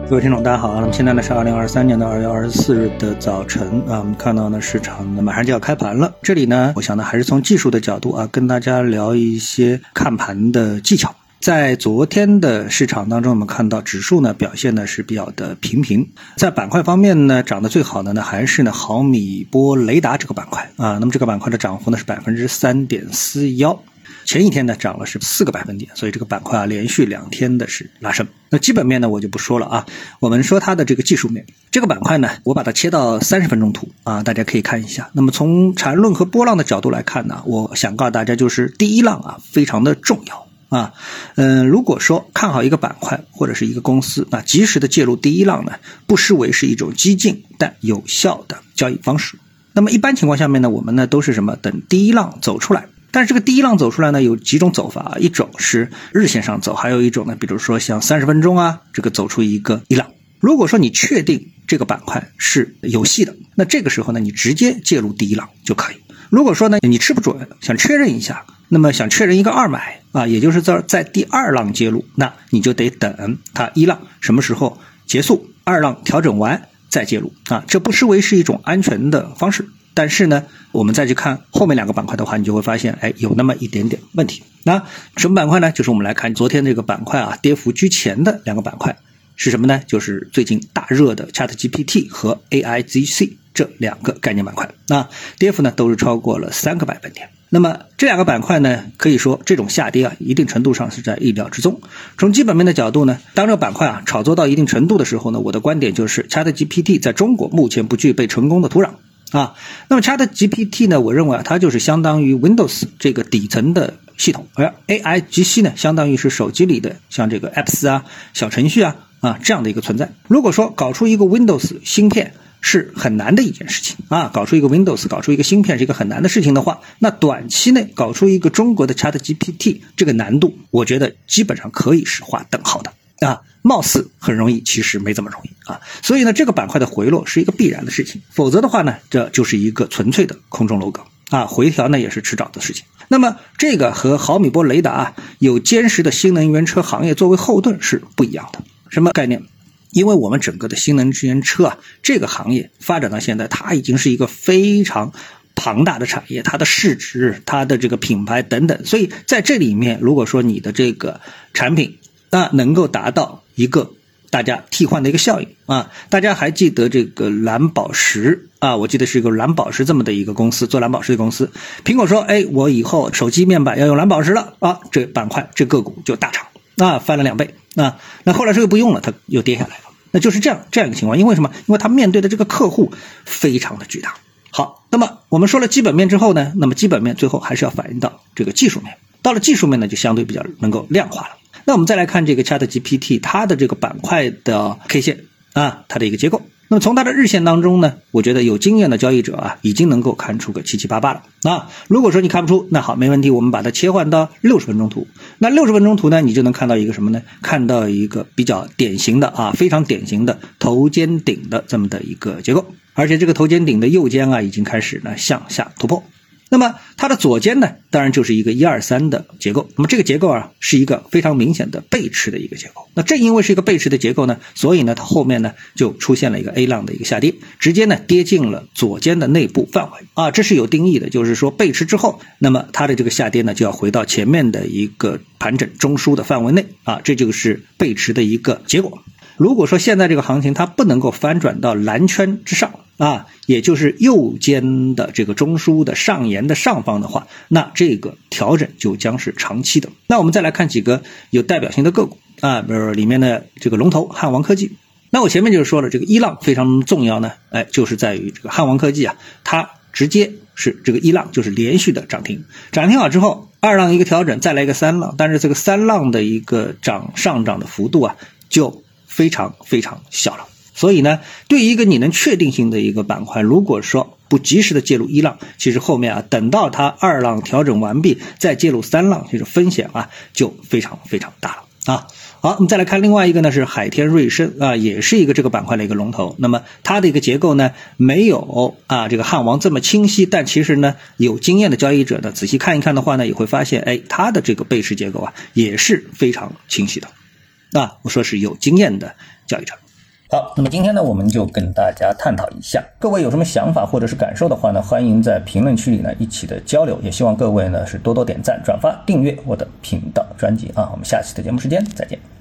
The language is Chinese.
各位听众大家好，那么现在呢是2023年的2月24日的早晨啊，我们看到呢市场呢马上就要开盘了。这里呢我想呢还是从技术的角度啊跟大家聊一些看盘的技巧。在昨天的市场当中，我们看到指数呢表现呢是比较的平。在板块方面呢，涨得最好的呢还是呢毫米波雷达这个板块啊，那么这个板块的涨幅呢是 3.41%。前一天呢涨了是4个百分点，所以这个板块啊连续2天的是拉升。那基本面呢我就不说了啊，我们说它的这个技术面。这个板块呢我把它切到30分钟图啊，大家可以看一下。那么从缠论和波浪的角度来看呢，我想告诉大家就是第一浪啊非常的重要啊。如果说看好一个板块或者是一个公司，那及时的介入第一浪呢不失为是一种激进但有效的交易方式。那么一般情况下面呢，我们呢都是什么，等第一浪走出来。但是这个第一浪走出来呢有几种走法，一种是日线上走，还有一种呢比如说像30分钟啊，这个走出一个一浪。如果说你确定这个板块是有戏的，那这个时候呢你直接介入第一浪就可以。如果说呢你吃不准，想确认一下，那么想确认一个二买啊，也就是在第二浪介入，那你就得等它一浪什么时候结束，二浪调整完再介入啊，这不失为是一种安全的方式。但是呢我们再去看后面2个板块的话，你就会发现有那么一点点问题。那什么板块呢？就是我们来看昨天这个板块啊跌幅居前的2个板块是什么呢？就是最近大热的 ChatGPT 和 AIGC 这2个概念板块，那跌幅呢都是超过了3个百分点。那么这2个板块呢，可以说这种下跌啊一定程度上是在意料之中。从基本面的角度呢，当这个板块啊炒作到一定程度的时候呢，我的观点就是 ChatGPT 在中国目前不具备成功的土壤啊。那么 ChatGPT 呢，我认为啊它就是相当于 Windows 这个底层的系统，而 AIGC 呢相当于是手机里的像这个 apps 啊小程序啊这样的一个存在。如果说搞出一个 Windows 芯片是很难的一件事情啊，搞出一个 Windows 搞出一个芯片是一个很难的事情的话，那短期内搞出一个中国的 ChatGPT 这个难度我觉得基本上可以是划等号的啊，貌似很容易，其实没这么容易啊。所以呢这个板块的回落是一个必然的事情，否则的话呢这就是一个纯粹的空中楼阁啊，回调呢也是迟早的事情。那么这个和毫米波雷达有坚实的新能源车行业作为后盾是不一样的。什么概念？因为我们整个的新能源车啊这个行业发展到现在，它已经是一个非常庞大的产业，它的市值，它的这个品牌等等，所以在这里面如果说你的这个产品能够达到一个大家替换的一个效应啊。大家还记得这个蓝宝石啊，我记得是一个蓝宝石这么的一个公司，做蓝宝石的公司。苹果说我以后手机面板要用蓝宝石了啊，这板块这个股就大涨啊，翻了2倍啊。那后来这个不用了，它又跌下来了。那就是这样一个情况。因为什么？因为它面对的这个客户非常的巨大。好，那么我们说了基本面之后呢，那么基本面最后还是要反映到这个技术面。到了技术面呢就相对比较能够量化了。那我们再来看这个 ChatGPT 它的这个板块的 K 线啊，它的一个结构。那么从它的日线当中呢，我觉得有经验的交易者啊已经能够看出个788了啊。如果说你看不出，那好，没问题，我们把它切换到60分钟图。那60分钟图呢，你就能看到一个什么呢？看到一个比较典型的非常典型的头肩顶的这么的一个结构，而且这个头肩顶的右肩啊已经开始呢向下突破。那么它的左肩呢，当然就是一个123的结构。那么这个结构啊是一个非常明显的背驰的一个结构。那正因为是一个背驰的结构呢，所以呢它后面呢就出现了一个 A 浪的一个下跌，直接呢跌进了左肩的内部范围啊，这是有定义的，就是说背驰之后，那么它的这个下跌呢就要回到前面的一个盘整中枢的范围内啊，这就是背驰的一个结果。如果说现在这个行情它不能够翻转到蓝圈之上啊，也就是右肩的这个中枢的上沿的上方的话，那这个调整就将是长期的。那我们再来看几个有代表性的个股啊，比如里面的这个龙头汉王科技。那我前面就是说了，这个一浪非常重要呢，就是在于这个汉王科技啊，它直接是这个一浪就是连续的涨停，涨停好之后二浪一个调整，再来一个三浪，但是这个三浪的一个上涨的幅度啊就非常非常小了。所以呢，对于一个你能确定性的一个板块，如果说不及时的介入一浪，其实后面啊等到它二浪调整完毕再介入三浪，其实风险啊就非常非常大了啊。好，我们再来看另外一个呢，是海天瑞声啊，也是一个这个板块的一个龙头。那么它的一个结构呢，没有这个汉王这么清晰，但其实呢，有经验的交易者呢，仔细看一看的话呢，也会发现，它的这个背驰结构啊，也是非常清晰的。我说是有经验的交易者。 好，那么今天呢，我们就跟大家探讨一下，各位有什么想法或者是感受的话呢，欢迎在评论区里呢一起的交流，也希望各位呢是多多点赞、转发、订阅我的频道专辑啊。我们下期的节目时间再见。